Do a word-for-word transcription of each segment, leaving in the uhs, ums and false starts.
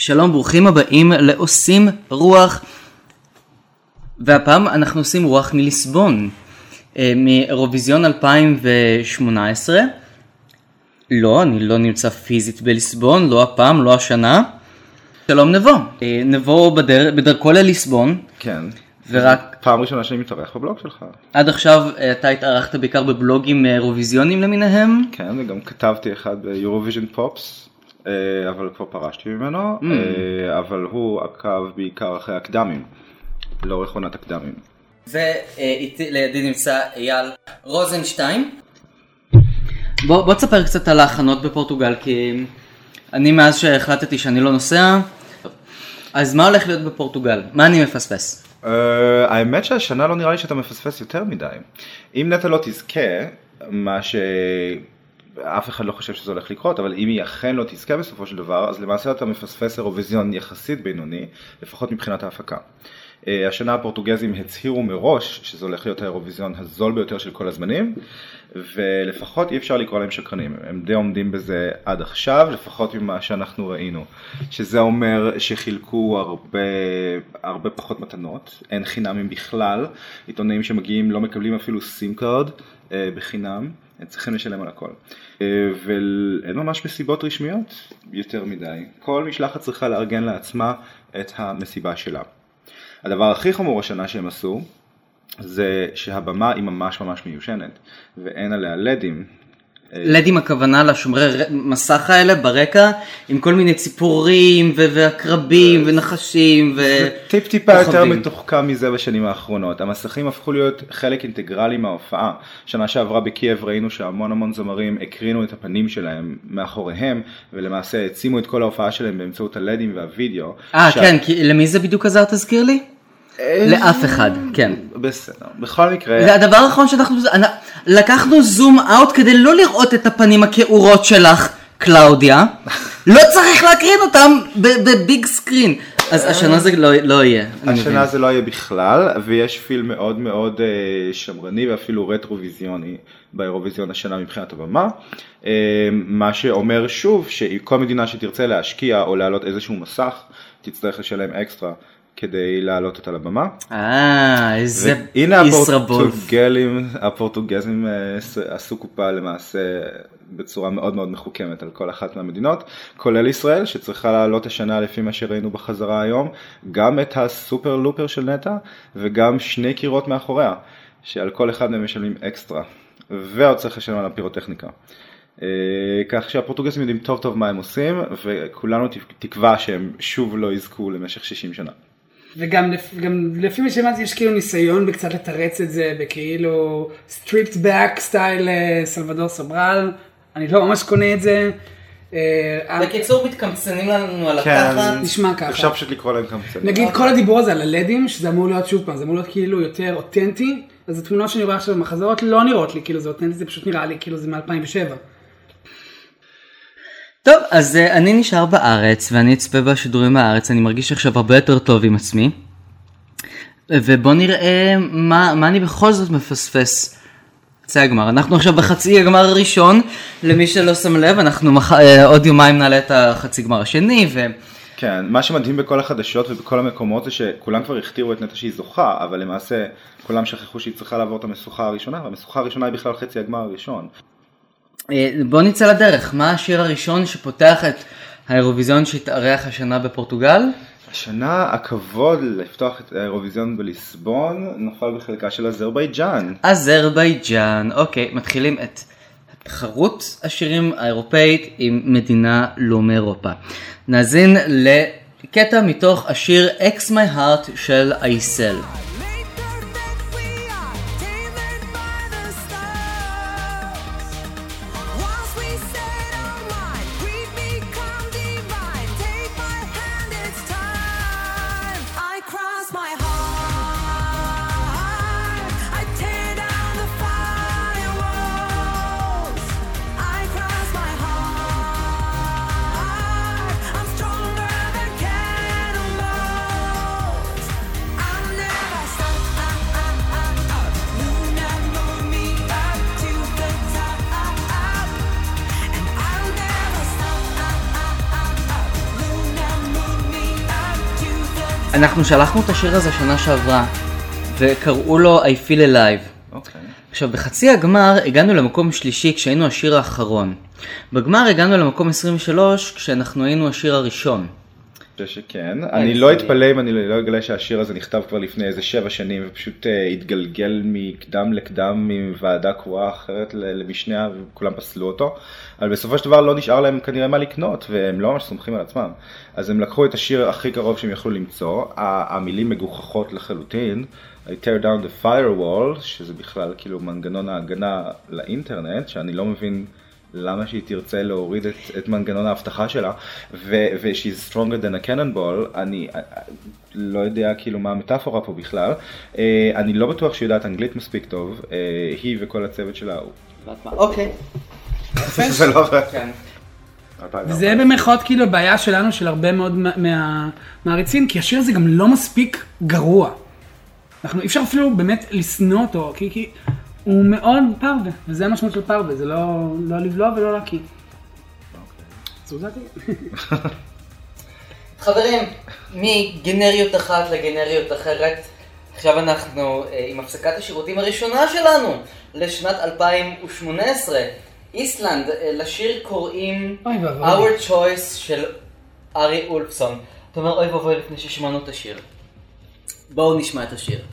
שלום, ברוכים הבאים לעושים רוח, והפעם אנחנו עושים רוח מליסבון, מאירוויזיון אלפיים ושמונה עשרה. לא, אני לא נמצא פיזית בליסבון, לא הפעם, לא השנה. שלום נבו, נבו בדר... בדרכו לליסבון. כן, ורק... פעם ראשונה שאני מתארח בבלוג שלך. עד עכשיו אתה התארחת בעיקר בבלוגים אירוויזיונים למיניהם. כן, וגם כתבתי אחד ביורוויז'ן פופס, אבל כבר פרשתי ממנו, mm. אבל הוא עקב בעיקר אחרי הקדמים, לאורך עונת הקדמים. ולידי נמצא אייל רוזנשטיין. בוא, בוא תספר קצת על ההכנות בפורטוגל, כי אני מאז שהחלטתי שאני לא נוסע, אז מה הולך להיות בפורטוגל? מה אני מפספס? Uh, האמת שהשנה לא נראה לי שאתה מפספס יותר מדי. אם נטע לא תזכה, מה שאף אחד לא חושב שזה הולך לקרות, אבל אם היא אכן לא תזכה בסופו של דבר, אז למעשה אתה מפספס אירוויזיון יחסית בינוני, לפחות מבחינת ההפקה. Uh, השנה הפורטוגזים הצהירו מראש שזה הולך להיות האירוויזיון הזול ביותר של כל הזמנים, ולפחות אי אפשר לקרוא להם שקרנים. הם די עומדים בזה עד עכשיו, לפחות ממה שאנחנו ראינו. שזה אומר שחילקו הרבה, הרבה פחות מתנות, אין חינמים בכלל. עיתונאים שמגיעים לא מקבלים אפילו סים קארד אה, בחינם, הם צריכים לשלם על הכל. אה, ואין ממש מסיבות רשמיות יותר מדי. כל משלחת צריכה לארגן לעצמה את המסיבה שלה. הדבר הכי חמור השנה שהם עשו, זה שהבמה היא ממש ממש מיושנת, ואין עליה לדים. לדים הכוונה לשומרי מסך האלה ברקע, עם כל מיני ציפורים והקרבים ונחשים ו... זה טיפ טיפה יותר מתוחכם מזה בשנים האחרונות. המסכים הפכו להיות חלק אינטגרלי מההופעה. שנה שעברה בקייב ראינו שהמון המון זמרים הקרינו את הפנים שלהם מאחוריהם, ולמעשה העצימו את כל ההופעה שלהם באמצעות הלדים והווידאו. אה, כן, כי למי זה בדיוק עזר, תזכיר לי? לאף אחד, כן. בסדר, בכל מקרה... זה הדבר האחרון שאנחנו... לקחנו זום אאוט כדי לא לראות את הפנים הכעורות שלך, קלאודיה. לא צריך להקרין אותם בביג סקרין. אז השנה זה לא יהיה. השנה זה לא יהיה בכלל, ויש פיל מאוד מאוד שמרני ואפילו רטרוויזיוני באירוויזיון השנה מבחינת הבמה. מה שאומר שוב שכל מדינה שתרצה להשקיע או להעלות איזשהו מסך, תצטרך לשלם אקסטרה. כדי להעלות אותה לבמה. אה, איזה ישראבולף. הנה הפורטוגלים, הפורטוגזים עשו קופה למעשה בצורה מאוד מאוד מחוכמת על כל אחת מהמדינות, כולל ישראל שצריכה להעלות השנה לפי מה שראינו בחזרה היום, גם את הסופר לופר של נטע, וגם שני קירות מאחוריה, שעל כל אחד מהם משלמים אקסטרה, ועוד צריך לשלם על הפירוטכניקה. כך שהפורטוגזים יודעים טוב טוב מה הם עושים, וכולנו תקווה שהם שוב לא יזכו למשך שישים שנה. וגם גם לפי מה שמעתי יש כאילו ניסיון בקצת לתרץ את זה בכאילו stripped back סטייל סלבדור סוברל, אני לא ממש קונה את זה. בקיצור מתקמצנים לנו על התחת. נשמע ככה. אפשר פשוט לקרוא להם קמצנים. נגיד כל הדיבור הזה על הלדים, שזה אמור להיות שוב פעם, זה אמור להיות כאילו יותר אותנטי, אז התמונות שאני רואה עכשיו במחזרות לא נראות לי כאילו זה אותנטי, זה פשוט נראה לי כאילו זה מ-אלפיים ושבע. טוב, אז uh, אני נשאר בארץ ואני אצפה בשידורים בארץ, אני מרגיש עכשיו הרבה יותר טוב עם עצמי. ובוא נראה מה, מה אני בכל זאת מפספס. חצי הגמר, אנחנו עכשיו בחצי הגמר הראשון, למי שלא שם לב, אנחנו מח... uh, עוד יומיים נעלה את החצי גמר השני. ו... כן, מה שמדהים בכל החדשות ובכל המקומות זה שכולם כבר הכתירו את נטע שהיא זוכה, אבל למעשה כולם שכחו שהיא צריכה לעבור את המשוכה הראשונה, והמשוכה הראשונה היא בכלל חצי הגמר הראשון. בוא נצא לדרך, מה השיר הראשון שפותח את האירוויזיון שהתארח השנה בפורטוגל? השנה הכבוד לפתוח את האירוויזיון בליסבון נפל בחלקה של אזרבייג'אן. אזרבייג'אן, אוקיי, מתחילים את תחרות השירים האירופאית עם מדינה לא מאירופה. נאזין לקטע מתוך השיר X My Heart של אייסל. אנחנו שלחנו את השיר הזה שנה שעברה, וקראו לו I Feel Alive. אוקיי. עכשיו, בחצי הגמר הגענו למקום שלישי כשהיינו השיר האחרון. בגמר הגענו למקום עשרים ושלוש כשאנחנו היינו השיר הראשון. שכן, אני לא אתפלא אם אני לא אגלה שהשיר הזה נכתב כבר לפני איזה שבע שנים ופשוט התגלגל מקדם לקדם מוועדה קרואה אחרת למשנה וכולם פסלו אותו, אבל בסופו של דבר לא נשאר להם כנראה מה לקנות והם לא ממש סומכים על עצמם, אז הם לקחו את השיר הכי קרוב שהם יכלו למצוא, המילים מגוחכות לחלוטין, I tear down the firewall, שזה בכלל כאילו מנגנון ההגנה לאינטרנט, שאני לא מבין למה שהיא תרצה להוריד את, את מנגנון ההבטחה שלה, ו-she's stronger than a cannonball, אני לא יודע כאילו מה המטאפורה פה בכלל, אני לא בטוח שהיא יודעת אנגלית מספיק טוב, היא וכל הצוות שלה. אוקיי. זה לא רע. וזה במחאות כאילו בעיה שלנו, של הרבה מאוד מהמעריצים, כי השיר הזה גם לא מספיק גרוע. אנחנו אי אפשר אפילו באמת לסנוע אותו, כי... כי... הוא מאוד פרווה, וזה המשמעות של פרווה, זה לא, לא לבלוע ולא להקיא. זוזתי. חברים, מגנריות אחת לגנריות אחרת, עכשיו אנחנו עם הפסקת השירותים הראשונה שלנו לשנת אלפיים ושמונה עשרה. איסלנד, לשיר קוראים Our Choice של ארי אולפסון. אתה אומר אוי ואבוי לפני ששמענו את השיר. בואו נשמע את השיר.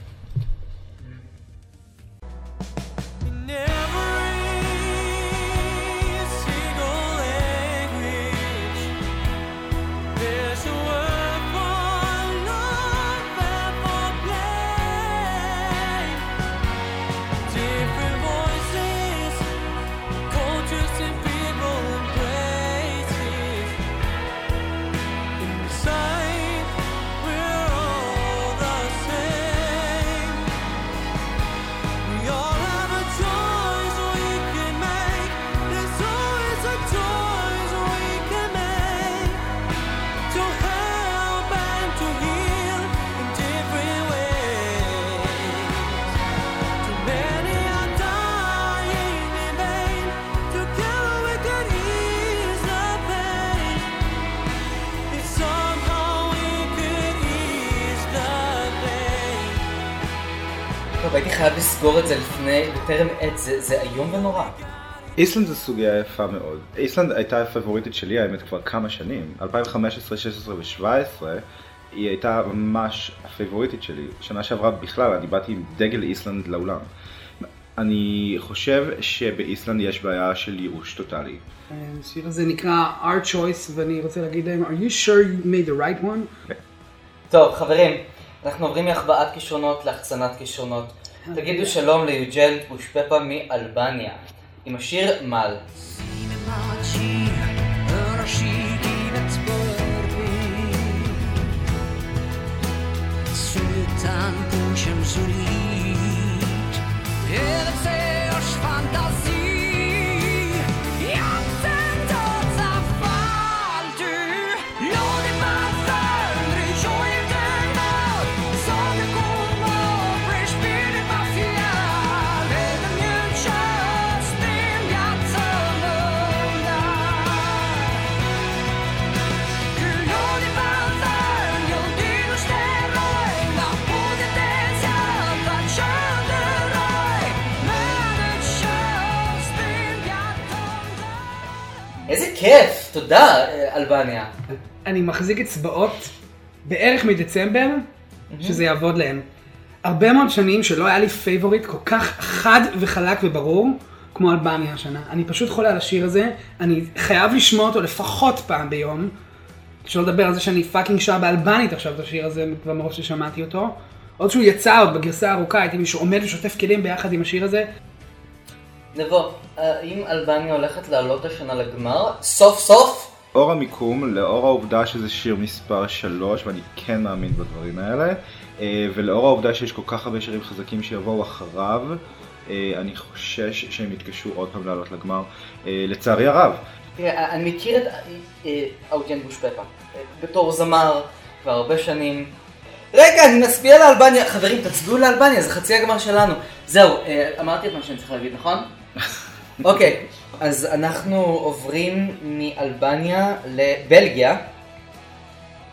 הייתי חייב לסגור את זה לפני, בטרם עת, זה, זה איום ונורא. איסלנד זה סוגיה יפה מאוד. איסלנד הייתה הפבוריטית שלי, האמת, כבר כמה שנים. אלפיים וחמש עשרה, שש עשרה ו-שבע עשרה היא הייתה ממש הפבוריטית שלי. שנה שעברה בכלל, אני באתי עם דגל איסלנד לאולם. אני חושב שבאיסלנד יש בעיה של ייאוש טוטלי. השיר הזה נקרא Our Choice, ואני רוצה להגיד להם, are you sure you made the right one? טוב, חברים. אנחנו עוברים מהחבאת כישרונות להחצנת כישרונות. תגידו שלום ליוג'ן בושפפה מאלבניה, עם השיר מל. איזה כיף, תודה אלבניה. אני מחזיק אצבעות בערך מדצמבר שזה יעבוד להם. הרבה מאוד שנים שלא היה לי פייבוריט כל כך חד וחלק וברור כמו אלבניה השנה. אני פשוט חולה על השיר הזה, אני חייב לשמוע אותו לפחות פעם ביום. שלא לדבר על זה שאני פאקינג שר באלבנית עכשיו את השיר הזה כבר מרוב ששמעתי אותו. עוד שהוא יצא עוד בגרסה הארוכה, הייתי מישהו עומד ושוטף כלים ביחד עם השיר הזה. נבוא, האם אלבניה הולכת לעלות השנה לגמר? סוף סוף? אור המיקום, לאור העובדה שזה שיר מספר שלוש, ואני כן מאמין בדברים האלה, ולאור העובדה שיש כל כך הרבה שירים חזקים שיבואו אחריו, אני חושש שהם יתקשו עוד פעם לעלות לגמר, לצערי הרב. תראה, אני מכיר את אוג'ן בושפפה, בתור זמר כבר הרבה שנים. רגע, אני מצביע לאלבניה. חברים, תצביעו לאלבניה, זה חצי הגמר שלנו. זהו, אמרתי את מה שאני צריך להגיד, נכון? אוקיי, אז אנחנו עוברים מאלבניה לבלגיה,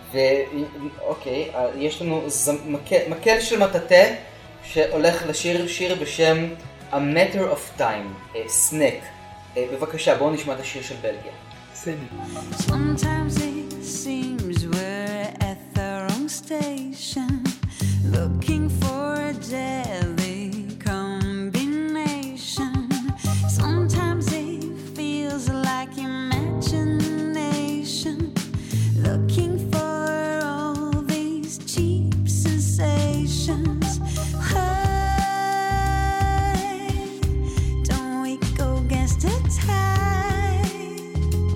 ואוקיי, יש לנו מקל של מטאטה שהולך לשיר שיר בשם A Matter of Time, סנק. בבקשה, בואו נשמע את השיר של בלגיה. Sometimes it seems we're at the wrong station, looking for a deadly combination. Sometimes it feels like imagination, looking for all these cheap sensations. Why don't we go against the tide,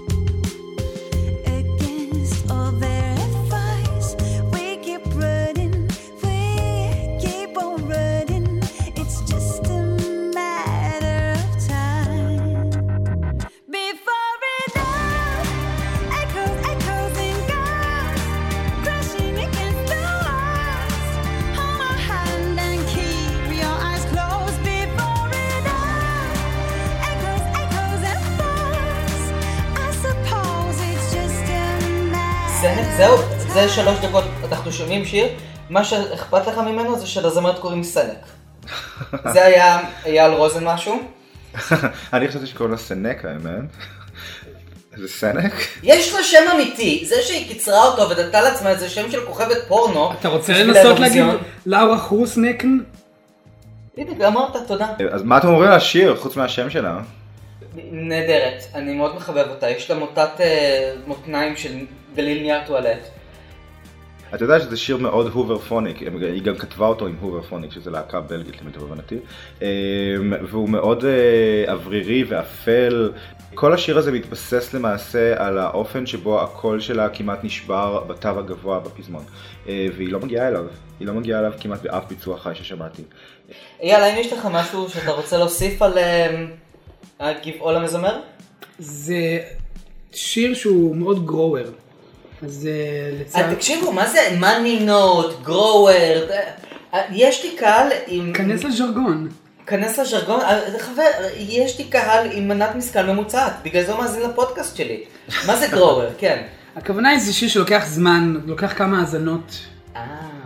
against all their advice? We keep running, we keep on running. It's just a matter of time before it all echoes, echoes and goes, crashing against the walls. Hold my hand and keep your eyes closed before it all echoes, echoes and falls. I suppose it's just a סנק, matter. זהו, זה שלוש דקות, אנחנו שומעים שיר, מה שאכפת לך ממנו זה שלזמרת קוראים סנק. זה היה אייל רוזן משהו? אני חשבתי שקוראים לה סנק, האמת. זה סנק? יש לה שם אמיתי, זה שהיא קיצרה אותו ודתה לעצמה איזה שם של כוכבת פורנו. אתה רוצה בשביל לנסות להגיד האירוויזיון. לאורה חרוסנקן? הנה, אמרת, תודה. אז מה אתם אומרים לשיר, חוץ מהשם שלה? נהדרת, אני מאוד מחבב אותה, יש לה מוטת אה, מותניים של גליל נייר טואלט. אתה יודע שזה שיר מאוד הוברפוניק, היא גם כתבה אותו עם הוברפוניק, שזה להקה בלגית למיטב הבנתי, והוא מאוד אוורירי ואפל. כל השיר הזה מתבסס למעשה על האופן שבו הקול שלה כמעט נשבר בתו הגבוה בפזמון, והיא לא מגיעה אליו, היא לא מגיעה אליו כמעט באף ביצוע חי ששמעתי. אייל, האם יש לך משהו שאתה רוצה להוסיף על הגבעול המזמר? זה שיר שהוא מאוד גרוור. אז לצער... תקשיבו, מה זה money note, grower, יש לי קהל עם... כנס לז'רגון. כנס לז'רגון, חבר, יש לי קהל עם מנת משכל ממוצעת, בגלל זה הוא מאזין לפודקאסט שלי. מה זה grower, כן. הכוונה היא זה שיר שלוקח זמן, לוקח כמה האזנות אה.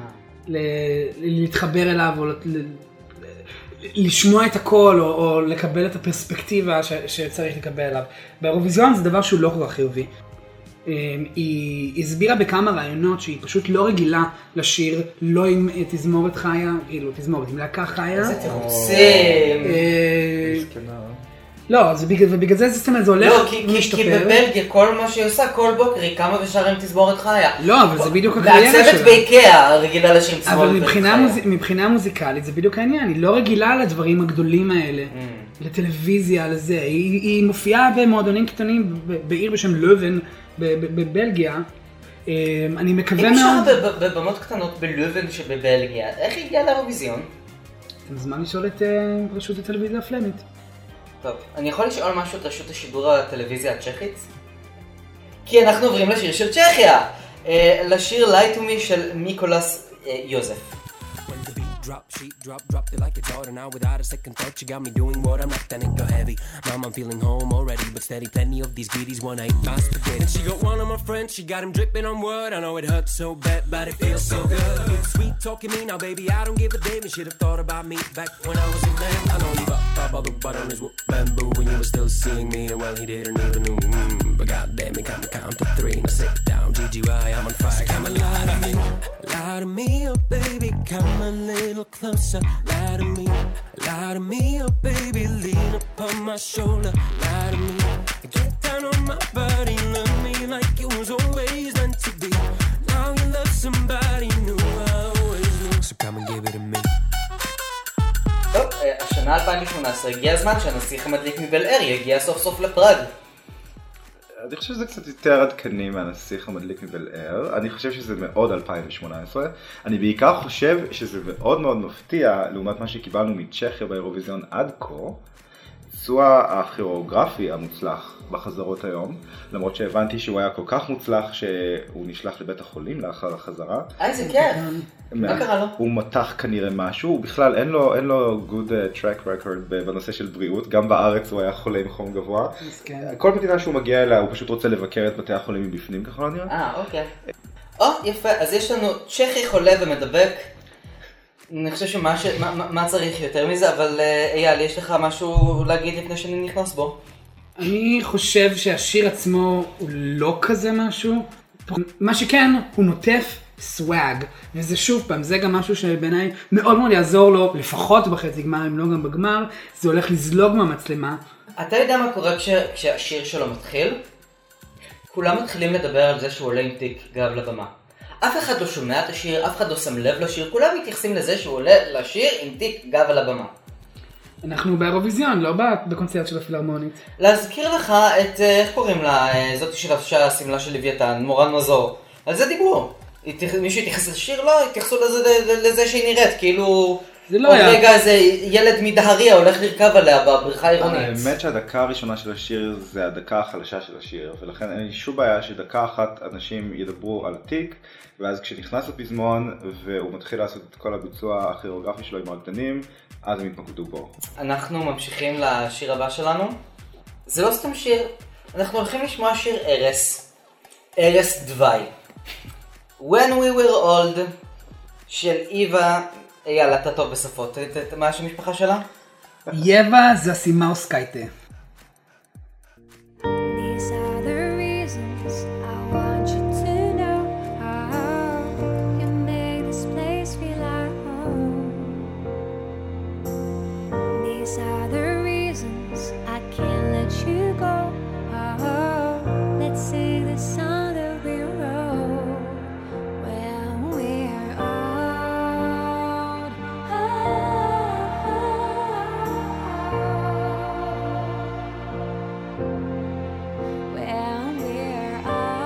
להתחבר אליו, או לשמוע את הכל, או לקבל את הפרספקטיבה שצריך לקבל אליו. באירוויזיון זה דבר שהוא לא כל כך חיובי. היא הסבירה בכמה רעיונות שהיא פשוט לא רגילה לשיר, לא עם תזמורת חיה, כאילו תזמורת, עם להקה חיה. איזה תירוצים. לא, ובגלל זה זה הולך ומשתפר. כי בבלגיה כל מה שהיא עושה, כל בוקר היא קמה ושרה עם תזמורת חיה. לא, אבל זה בדיוק הקריירה שלה. והצוות באיקאה רגילה לשיר עם תזמורת חיה. אבל מבחינה מוזיקלית זה בדיוק העניין, היא לא רגילה לדברים הגדולים האלה, לטלוויזיה, לזה. היא מופיעה במועדונים קטנים בעיר בשם לובן, בבלגיה. אני מקווה מאוד... אם אפשר בבמות קטנות בלובן שבבלגיה, איך היא הגיעה לאירוויזיון? אתם זמן לשאול את רשות הטלוויזיה הפלמית. טוב, אני יכול לשאול משהו את רשות השידור הטלוויזיה הצ'כית? כי אנחנו עוברים לשיר של צ'כיה! לשיר Lie to Me של מיקולס יוזף. Drop, she drop, dropped it like it's hard and now without a second thought she got me doing what I'm not, then it go heavy. Mom, I'm feeling home already, but steady plenty of these greedies wanna eat my spaghetti. And she got one of my friends, she got him dripping on word. I know it hurts so bad, but it feels so good. Sweet talking me now, baby, I don't give a damn. You should have thought about me back when I was a man. I know you got up all the butt on his whoop bamboo when you were still seeing me, and well, he didn't even know. Mm, but goddamn, he got me count to three. Now sit down, G G Y, I'm on fire. Come and lie to me, lie to me, oh baby, come a little closer. Lie to me, lie to me, oh baby, lean upon my shoulder. Lie to me, get down on my body, love me like it was always meant to be. Now you love somebody new, I always knew, so come and give it to me. טוב, השנה אלפיים שמונה עשרה הגיע הזמן שהנסיך המדליק מבל אר יגיע סוף סוף לפראג. אני חושב שזה קצת יותר עדכני מהנסיך המדליק מבל אר, אני חושב שזה מאוד אלפיים שמונה עשרה, אני בעיקר חושב שזה מאוד מאוד מפתיע לעומת מה שקיבלנו מצ'כיה באירוויזיון עד כה, ביצוע הכירוגרפי המוצלח בחזרות היום, למרות שהבנתי שהוא היה כל כך מוצלח שהוא נשלח לבית החולים לאחר החזרה. איזה כיף, מה קרה לו? הוא מתח כנראה משהו, הוא בכלל אין לו, אין לו good track record בנושא של בריאות, גם בארץ הוא היה חולה עם חום גבוה. כל מדינה שהוא מגיע אליה הוא פשוט רוצה לבקר את בתי החולים מבפנים ככה לא נראה. אה, אוקיי. או, יפה, אז יש לנו צ'כי חולה ומדבק. אני חושב שמה ש... מה, מה- מה צריך יותר מזה, אבל אה, אייל, יש לך משהו להגיד לפני שאני נכנס בו? אני חושב שהשיר עצמו הוא לא כזה משהו. מה שכן, הוא נוטף סוואג. וזה שוב פעם, זה גם משהו שבעיניי מאוד מאוד יעזור לו, לפחות בחצי גמר, אם לא גם בגמר. זה הולך לזלוג מהמצלמה. אתה יודע מה קורה כש... כשהשיר שלו מתחיל? כולם מתחילים לדבר על זה שהוא עולה עם תיק גב לבמה. אף אחד לא שומע את השיר, אף אחד לא שם לב לשיר, כולם מתייחסים לזה שהוא עולה לשיר עם תיק גב על הבמה. אנחנו באירוויזיון, לא בקונצרט של הפילהרמונית. להזכיר לך את, אה, איך קוראים לה, אה, זאתי שלבשה השמלה של לוויתן, מורן מזור. על זה דיברו. התייח- מישהו התייחס לשיר? לא, התייחסו לזה, לזה שהיא נראית, כאילו... זה לא עוד היה. רגע איזה ילד מדהריה הולך לרכב עליה בבריכה העירונית. האמת שהדקה הראשונה של השיר זה הדקה החלשה של השיר, ולכן אין לי שום בעיה שדקה אחת אנשים ידברו על התיק, ואז כשנכנס לפזמון והוא מתחיל לעשות את כל הביצוע הכירוגרפי שלו עם הרקדנים, אז הם יתמקדו בו. אנחנו ממשיכים לשיר הבא שלנו. זה לא סתם שיר, אנחנו הולכים לשמוע שיר ארס. ארס דווי. When we were old של איווה, יאללה, אתה טוב בשפות. ת- ת- מה השם המשפחה שלה? יבה זסימאוסקייטה. These are the reasons I want you to know how you make this place feel like home. These are the reasons I can't let you go. Oh, let's sing the song that we wrote when we're old. When we're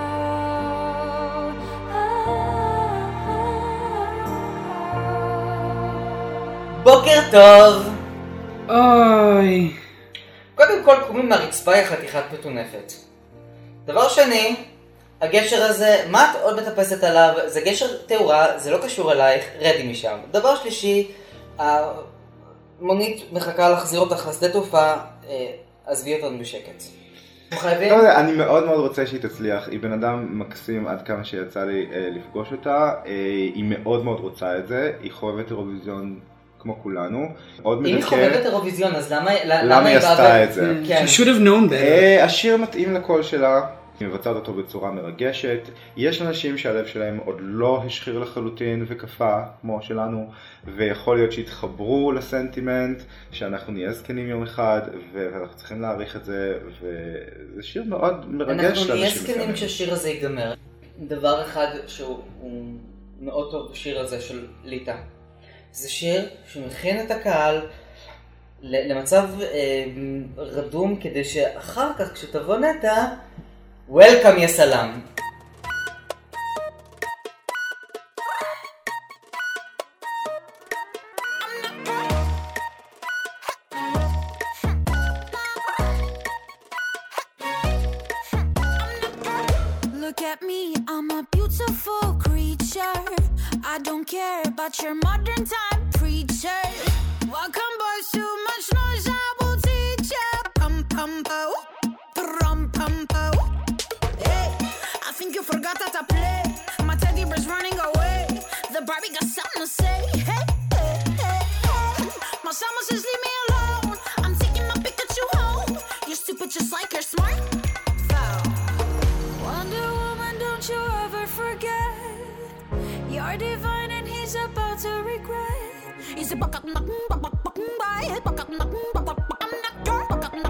old. בוקר טוב! אוי. קודם כל קומים מהרצפה היא חתיכת מטונפת. דבר שני, הגשר הזה, מה את עוד מטפסת עליו? זה גשר תאורה, זה לא קשור אלייך, רדי משם. דבר שלישי, המונית מחכה להחזיר אותך לשדה תעופה, אה, עזבי אותנו בשקט. אנחנו חייבים? לא יודע, אני מאוד מאוד רוצה שהיא תצליח, היא בן אדם מקסים עד כמה שיצא לי אה, לפגוש אותה, אה, היא מאוד מאוד רוצה את זה, היא חובבת אירוויזיון כמו כולנו, מאוד אם היא מדכא. חובבת אירוויזיון, אז למה למה היא עשתה באה- את זה? כן. She should have known that. אה, השיר מתאים לקול שלה, היא מבצעת אותו בצורה מרגשת, יש אנשים שהלב שלהם עוד לא השחיר לחלוטין וקפה כמו שלנו, ויכול להיות שהתחברו לסנטימנט, שאנחנו נהיה זקנים יום אחד, ואנחנו צריכים להעריך את זה, וזה שיר מאוד מרגש אנחנו נהיה לאנשים זקנים מסוימים. כשהשיר הזה ייגמר. דבר אחד שהוא הוא מאוד טוב בשיר הזה של ליטה. זה שיר שמכין את הקהל ל- למצב אה, רדום כדי שאחר כך כשתבוא נטע, Welcome יא סלאם. Look at me, I'm a beautiful creature. I don't care about your modern time preacher. Welcome boys, too much noise, I will teach ya. Pum pum po, pum pum po. Hey, I think you forgot how to play. My teddy bear's running away. The Barbie got something to say. Hey, hey, hey, hey. My summer says leave me alone. I'm taking my Pikachu home. You're stupid just like you're smart. Foul. Wonder Woman, don't you ever forget. You're divine and he's about to regret. He's a buck up, buck up, buck up, buck up, buck up. I'm not your buck up,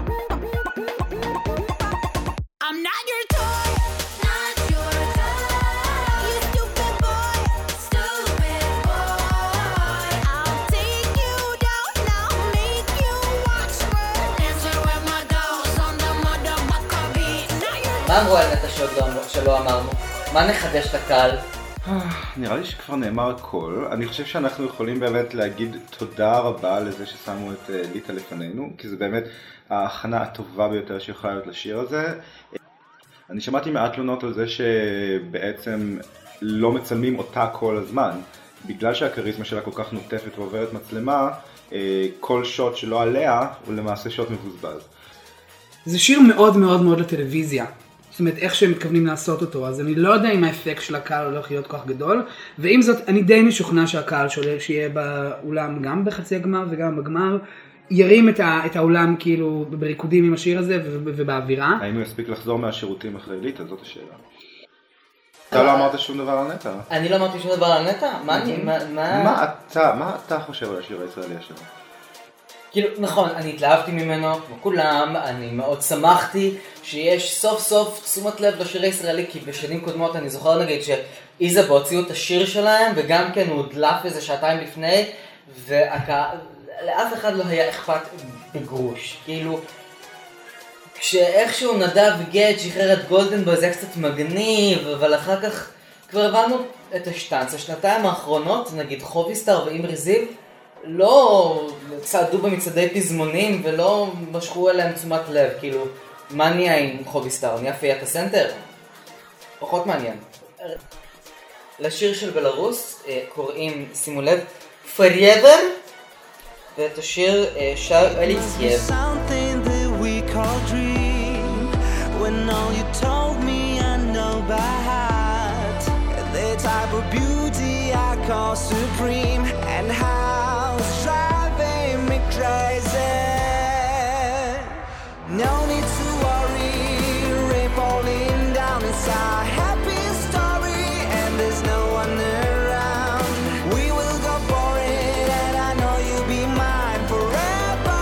I'm not your toy, not your toy. You stupid boy, stupid boy. I'll take you down now, make you watch me dancing with my dolls on the motherfucker beat. Not your מה אמרו על נטע שעוד לא אמר- שלא אמרנו? מה נחדש את הקהל? נראה לי שכבר נאמר הכל, אני חושב שאנחנו יכולים באמת להגיד תודה רבה לזה ששמו את אה, ליטה לפנינו, כי זה באמת ההכנה הטובה ביותר שיכולה להיות לשיר הזה. אני שמעתי מעט תלונות על זה שבעצם לא מצלמים אותה כל הזמן, בגלל שהכריזמה שלה כל כך נוטפת ועוברת מצלמה, אה, כל שוט שלא עליה הוא למעשה שוט מבוזבז. זה שיר מאוד מאוד מאוד לטלוויזיה. זאת אומרת, איך שהם מתכוונים לעשות אותו, אז אני לא יודע אם האפקט של הקהל הולך להיות כל כך גדול, ועם זאת, אני די משוכנע שהקהל שולה שיהיה באולם גם בחצי הגמר וגם בגמר, ירים את, ה, את האולם כאילו בריקודים עם השיר הזה ובאווירה. האם הוא יספיק לחזור מהשירותים אחרי ליטא? זאת השאלה. אתה לא אמרת שום דבר על נטע. אני לא אמרתי שום דבר על נטע? מה אני, מה... מה אתה, מה אתה חושב על השיר הישראלי השני? כאילו, נכון, אני התלהבתי ממנו, כמו כולם, אני מאוד שמחתי שיש סוף סוף תשומת לב לשיר הישראלי, כי בשנים קודמות אני זוכר נגיד שאיזה הוציאו את השיר שלהם, וגם כן הוא הודלף איזה שעתיים לפני, ולאף אחד לא היה אכפת בגרוש, כאילו, כשאיכשהו נדב גט שחרר את גולדנבוי זה היה קצת מגניב, אבל אחר כך כבר הבנו את השטנץ, השנתיים האחרונות, נגיד חוביסטאר ואימרי זיו, לא צעדו במצעדי פזמונים ולא משכו אליהם תשומת לב, כאילו, מה נהיה עם חוביסטאר? נהיה פיית הסנטר? פחות מעניין. לשיר של בלרוס קוראים, שימו לב, פרייבר, ואת השיר שר אליסייב. When all you told me I know by heart, the type of beauty I call supreme, and how it's driving me crazy. No need to worry, rain falling down inside. Happy story, and there's no one around. We will go for it, and I know you'll be mine forever.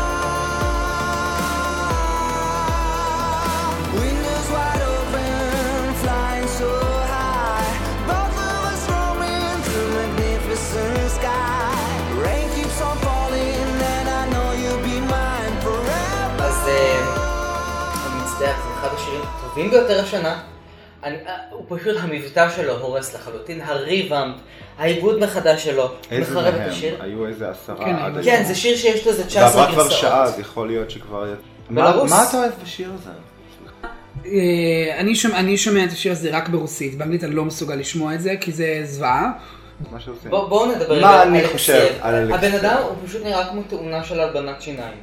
Windows wide open, flying so high. Both of us roaming through magnificent sky. Rain keeps on falling, and I know you'll be mine forever. אז אני מצטער, זה אחד השירים הטובים ביותר השנה. אני, הוא פשוט, המבטא שלו הורס לחלוטין, הריבאמפ, העיבוד מחדש שלו, איזה מחרב את מהם? השיר. היו איזה עשרה כן, עד כן, זה שיר שיש לו איזה תשע עשרה ועברה כבר גרסאות. שעה, אז יכול להיות שכבר... בלרוס. מה אתה אוהב בשיר הזה? אה, אני שומע, אני שומע את השיר הזה רק ברוסית, באנגלית אני לא מסוגל לשמוע את זה, כי זה זוועה. מה שעושים. בוא- בואו נדבר מה על אני אלכסייב. חושב על אלכסייב? הבן אדם הוא פשוט נראה כמו תאונה של הלבנת שיניים.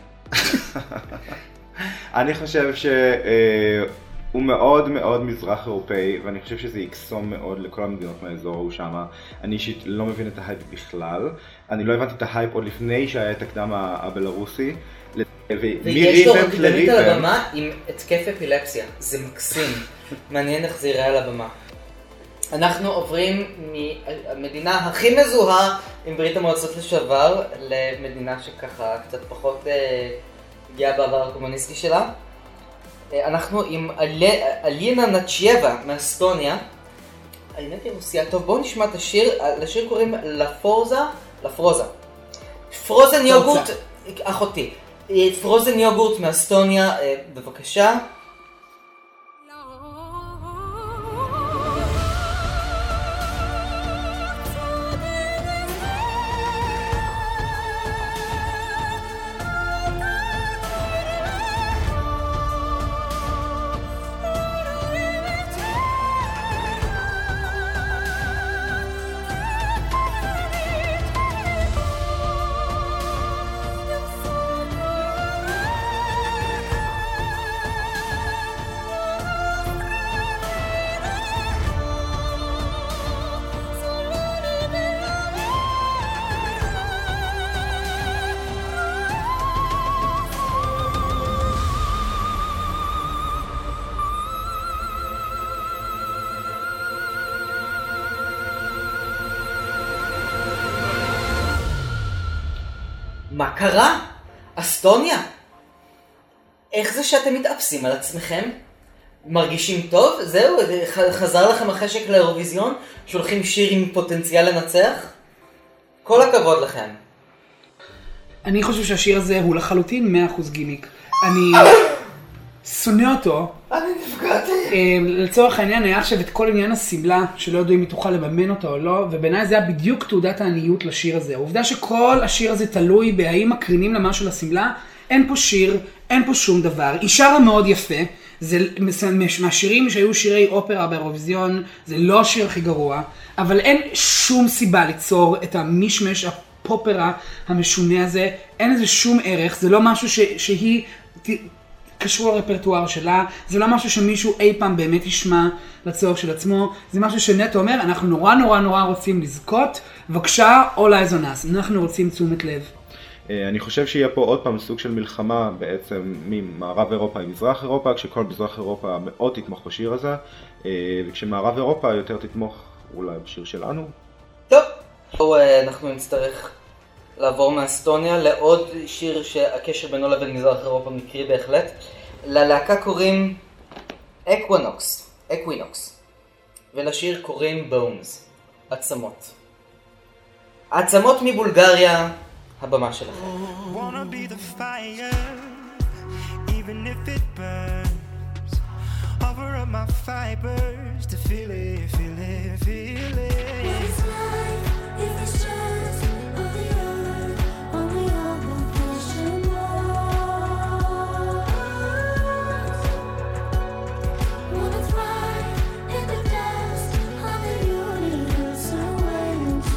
אני חושב שהוא מאוד מאוד מזרח אירופאי, ואני חושב שזה יקסום מאוד לכל המדינות מהאזור ההוא שמה. אני אישית לא מבין את ההייפ בכלל. אני לא הבנתי את ההייפ עוד לפני שהיה את הקדם הבלרוסי. ויש לו רקדנית על הבמה עם התקף אפילפסיה, זה מקסים, מעניין איך זה יראה על הבמה. אנחנו עוברים מהמדינה הכי מזוהה עם ברית המועצות לשעבר למדינה שככה קצת פחות הגיעה בעבר הקומוניסטי שלה. אנחנו עם אלינה נצ'ייבה מאסטוניה. האמת היא רוסיה. טוב, בואו נשמע את השיר, לשיר קוראים לפורזה, לפרוזה. פרוזן יוגורט, אחותי. פרוזן יוגורט מאסטוניה, בבקשה. מה קרה? אסטוניה? איך זה שאתם מתאפסים על עצמכם? מרגישים טוב? זהו? חזר לכם החשק לאירוויזיון? שולחים שיר עם פוטנציאל לנצח? כל הכבוד לכם. אני חושב שהשיר הזה הוא לחלוטין מאה אחוז גימיק. אני שונא אותו. אני נפגעתי. לצורך העניין היה עכשיו את כל עניין הסמלה, שלא יודעים אם היא תוכל לממן אותו או לא, ובעיניי זה היה בדיוק תעודת העניות לשיר הזה. העובדה שכל השיר הזה תלוי בהאם מקרינים למשהו לסמלה, אין פה שיר, אין פה שום דבר. היא שרה מאוד יפה, זה מהשירים שהיו שירי אופרה באירוויזיון, זה לא השיר הכי גרוע, אבל אין שום סיבה ליצור את המשמש הפופרה המשונה הזה, אין איזה שום ערך, זה לא משהו ש, שהיא ת, קשור לרפרטואר שלה, זה לא משהו שמישהו אי פעם באמת ישמע לצורך של עצמו, זה משהו שנטו אומר, אנחנו נורא נורא נורא רוצים לזכות, בבקשה, all eyes on us, אנחנו רוצים תשומת לב. אני חושב שיהיה פה עוד פעם סוג של מלחמה בעצם ממערב אירופה עם מזרח אירופה, כשכל מזרח אירופה מאוד תתמוך בשיר הזה, וכשמערב אירופה יותר תתמוך אולי בשיר שלנו. טוב, אנחנו נצטרך לעבור מאסטוניה לעוד שיר שהקשר בינו לבין מזרח אירופה מקרי בהחלט. ללהקה קוראים אקוונוקס, אקווינוקס, ולשיר קוראים בונס, עצמות. עצמות מבולגריה, הבמה שלכם. Wanna be the fire, even if it burns. Offer up my fibers to feel it, feel it, feel it. It's life, if it's just of the earth, only of the vision walls. Wanna thrive in the dust of the universe and waiting to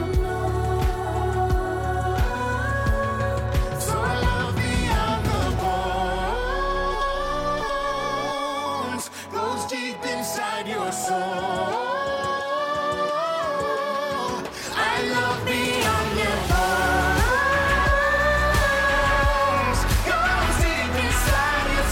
unknown. So I love beyond the bones, goes deep inside your soul. I love beyond your bones, goes deep inside your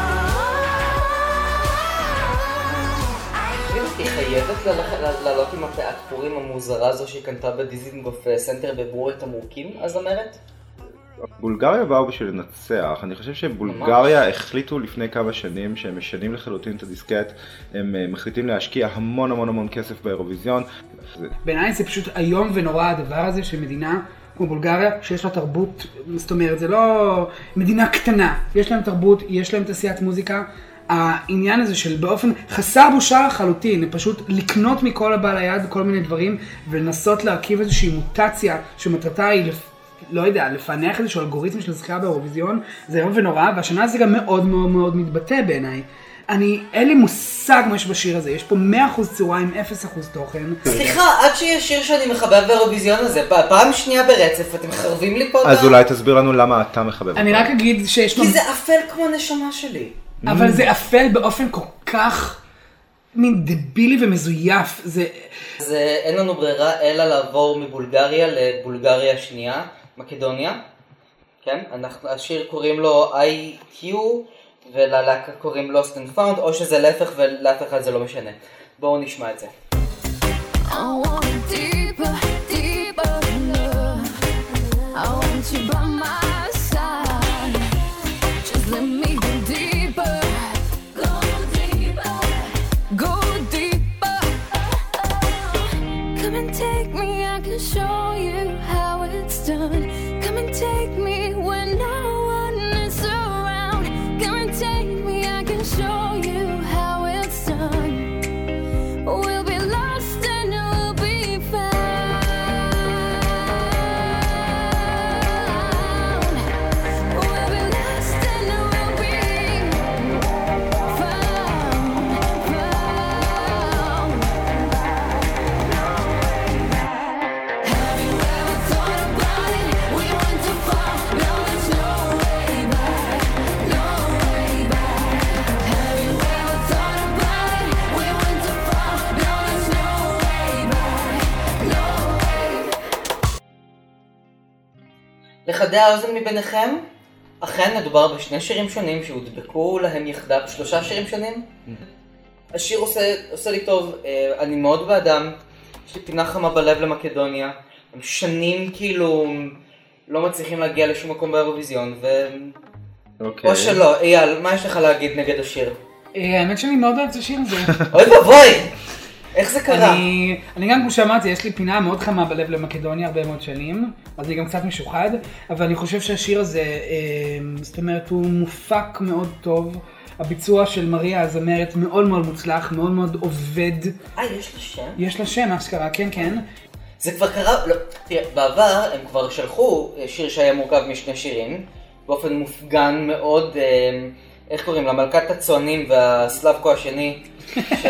soul. היא חייבת לעלות עם הפאת פורים המוזרה הזו שהיא קנתה בדיזינגוף סנטר בברו את המורקים, הזמרת? בולגריה באו בשביל לנצח, אני חושב שבולגריה החליטו לפני כמה שנים שהם משנים לחלוטין את הדיסקט, הם מחליטים להשקיע המון המון המון כסף באירוויזיון. בעיניי זה פשוט איום ונורא הדבר הזה שמדינה כמו בולגריה, שיש לה תרבות, זאת אומרת, זה לא מדינה קטנה, יש להם תרבות, יש להם תעשיית מוזיקה, העניין הזה של באופן חסר בושה לחלוטין, פשוט לקנות מכל הבעל היד כל מיני דברים ולנסות להרכיב איזושהי מוטציה שמטרתה היא לפ... לא יודע, לפענח איזשהו אלגוריתם של זכייה באירוויזיון, זה איום ונורא, והשנה זה גם מאוד מאוד מאוד מתבטא בעיניי. אני, אין לי מושג מה יש בשיר הזה, יש פה מאה אחוז צורה עם אפס אחוז תוכן. סליחה, עד שיש שיר שאני מחבב באירוויזיון הזה, פעם שנייה ברצף, אתם מחרבים לי פה... אז אולי תסביר לנו למה אתה מחבב. אני רק אגיד שיש... כי זה אפל כמו נשמה שלי. אבל זה אפל באופן כל כך מין דבילי ומזויף, זה... אז אין לנו ברירה אלא לעבור מבולגריה לבולגריה השנייה, מקדוניה. כן? אנחנו, השיר קוראים לו איי קיו, וללהקה קוראים Lost and Found, או שזה להפך ולאף אחד זה לא משנה. בואו נשמע את זה. I want deeper, deeper love. I want you by my side. Just let me go deeper. Go deeper. Go deeper. Come and take me, I can show you how it's done. Come and take me when no one is around. Come and take me, I can show you how it's done. We'll be lost and we'll be found. We'll be lost and we'll be found. Found. Have you ever thought about it? We went too far. No, there's no way back. No way back. Have you ever thought about it? We went too far. No, there's no way back. No way. לחדי האוזן מביניכם, אכן מדובר בשני שירים שונים שהודבקו להם יחדיו, שלושה שירים שונים. השיר עושה, עושה לי טוב, אה, אני מאוד באדם, יש לי פינה חמה בלב למקדוניה, הם שנים כאילו לא מצליחים להגיע לשום מקום באירוויזיון, ו... אוקיי. או שלא, אייל, מה יש לך להגיד נגד השיר? אה, האמת שאני מאוד אוהב את השיר הזה. אוי ואבוי! איך זה קרה? אני, אני גם כמו שאמרתי, יש לי פינה מאוד חמה בלב למקדוניה הרבה מאוד שנים, אז אני גם קצת משוחד, אבל אני חושב שהשיר הזה, אה, זאת אומרת, הוא מופק מאוד טוב, הביצוע של מריה הזמרת מאוד מאוד מוצלח, מאוד מאוד עובד. אה, יש לה שם? יש לה שם, אשכרה, כן, כן. זה כבר קרה, לא, תראה, בעבר הם כבר שלחו שיר שהיה מורכב משני שירים, באופן מופגן מאוד, אה, איך קוראים לה? מלכת הצוענים והסלבקו השני, ש...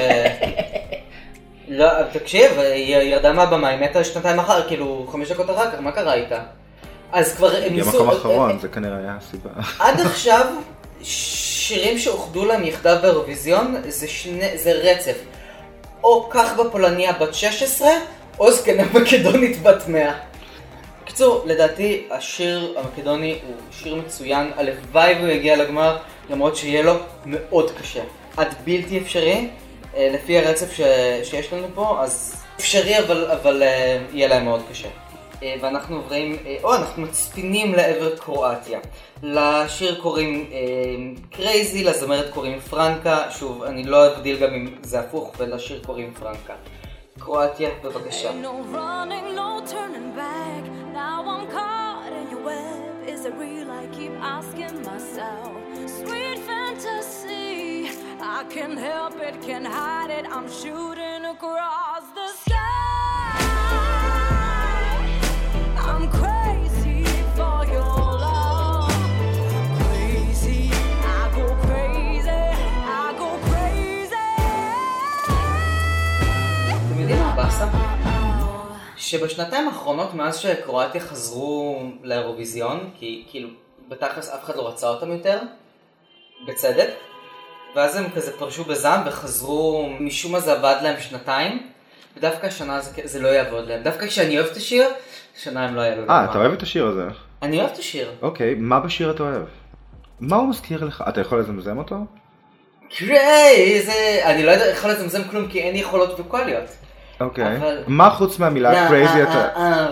לא, תקשיב, היא ירדה מהבמה, היא מתה שנתיים אחר, כאילו חמש דקות אחר כך, מה קרה איתה? אז כבר הם ניסו... המקום האחרון, זה כנראה היה הסיבה. עד עכשיו שירים שאוחדו להם יחדיו באירוויזיון זה, שני, זה רצף. או כך בפולניה בת שש עשרה, או זקנה מקדונית בת מאה. בקיצור, לדעתי השיר המקדוני הוא שיר מצוין, הלוואי והוא יגיע לגמר, למרות שיהיה לו מאוד קשה. עד בלתי אפשרי, לפי הרצף ש... שיש לנו פה, אז אפשרי אבל, אבל יהיה להם מאוד קשה. ואנחנו עוברים, או אנחנו מצפינים לעבר קרואטיה. לשיר קוראים קרייזי, לזמרת קוראים פרנקה, שוב, אני לא אבדיל גם אם זה הפוך, ולשיר קוראים פרנקה. קרואטיה, בבקשה. Ain't no running, no turning back. Now I'm caught in your web. Is it real? I keep asking myself. Sweet fantasy, I can't help it, can't hide it. I'm shooting across the sky. I'm crazy for your love. Crazy, I go crazy, I go crazy. אתם יודעים מה הבאסה? שבשנתיים האחרונות מאז שקרואטיה חזרו לאירוויזיון, כי כאילו בתכלס אף אחד לא רצה אותם יותר, בצדק, ואז הם כזה פרשו בזעם וחזרו, משום מה זה עבד להם שנתיים, ודווקא השנה זה, זה לא יעבוד להם. דווקא כשאני אוהב את השיר, השנה הם לא יעלו להם. אה, אתה אוהב את השיר הזה? אני אוהב את השיר. אוקיי, מה בשיר אתה אוהב? מה הוא מזכיר לך? אתה יכול לזמזם אותו? קרייזי! אני לא יודע, יכול לזמזם כלום כי אין יכולות ווקליות. אוקיי. אבל- מה חוץ מהמילה קרייזי אתה...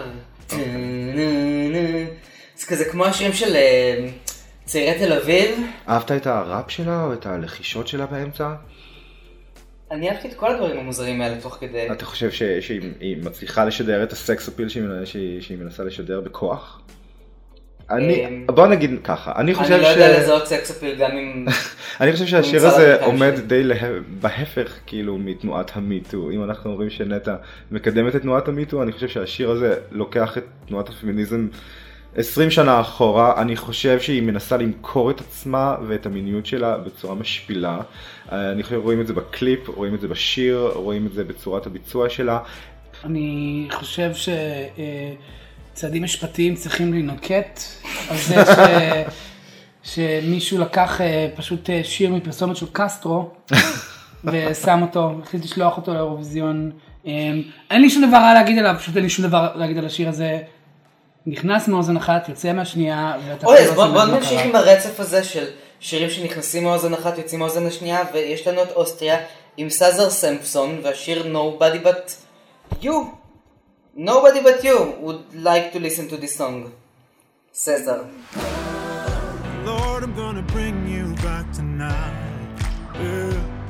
זה כזה כמו השירים של אה, צעירי תל אביב. אהבת את הראפ שלה או את הלחישות שלה באמצע? אני אהבתי את כל הדברים המוזרים האלה תוך כדי. אתה חושב ש- שהיא היא מצליחה לשדר את הסקס אפיל שהיא, שהיא, שהיא מנסה לשדר בכוח? אני, אמ, בוא נגיד ככה, אני חושב אני לא ש... יודע לזהות סקס אפיל גם אם... אני חושב שהשיר נמצא הזה בקטן עומד שלי. די לה... בהפך כאילו מתנועת המיטו. אם אנחנו אומרים שנטע מקדמת את תנועת המיטו, אני חושב שהשיר הזה לוקח את תנועת הפמיניזם עשרים שנה אחורה. אני חושב שהיא מנסה למכור את עצמה ואת המיניות שלה בצורה משפילה. אני חושב רואים את זה בקליפ, רואים את זה בשיר, רואים את זה בצורת הביצוע שלה. אני חושב שצעדים משפטיים צריכים להינקט על זה ש... שמישהו לקח אה, פשוט אה, שיר מפרסומת של קסטרו ושם אותו, החליט לשלוח אותו לאירוויזיון. אה, אין לי שום דבר רע להגיד עליו, פשוט אין לי שום דבר להגיד על השיר הזה. נכנס מאוזן אחת, יוצא מהשנייה, ואתה אוי, אפילו אז לא בוא שם לב בוא מה נמשיך קרה. עם הרצף הזה של שירים שנכנסים מאוזן אחת, יוצאים מאוזן השנייה, ויש לנו את אוסטריה עם סאזר סמפסון והשיר Nobody But You. Nobody But You would like to listen to this song. סאזר. Lord, I'm gonna bring you back tonight. Yeah,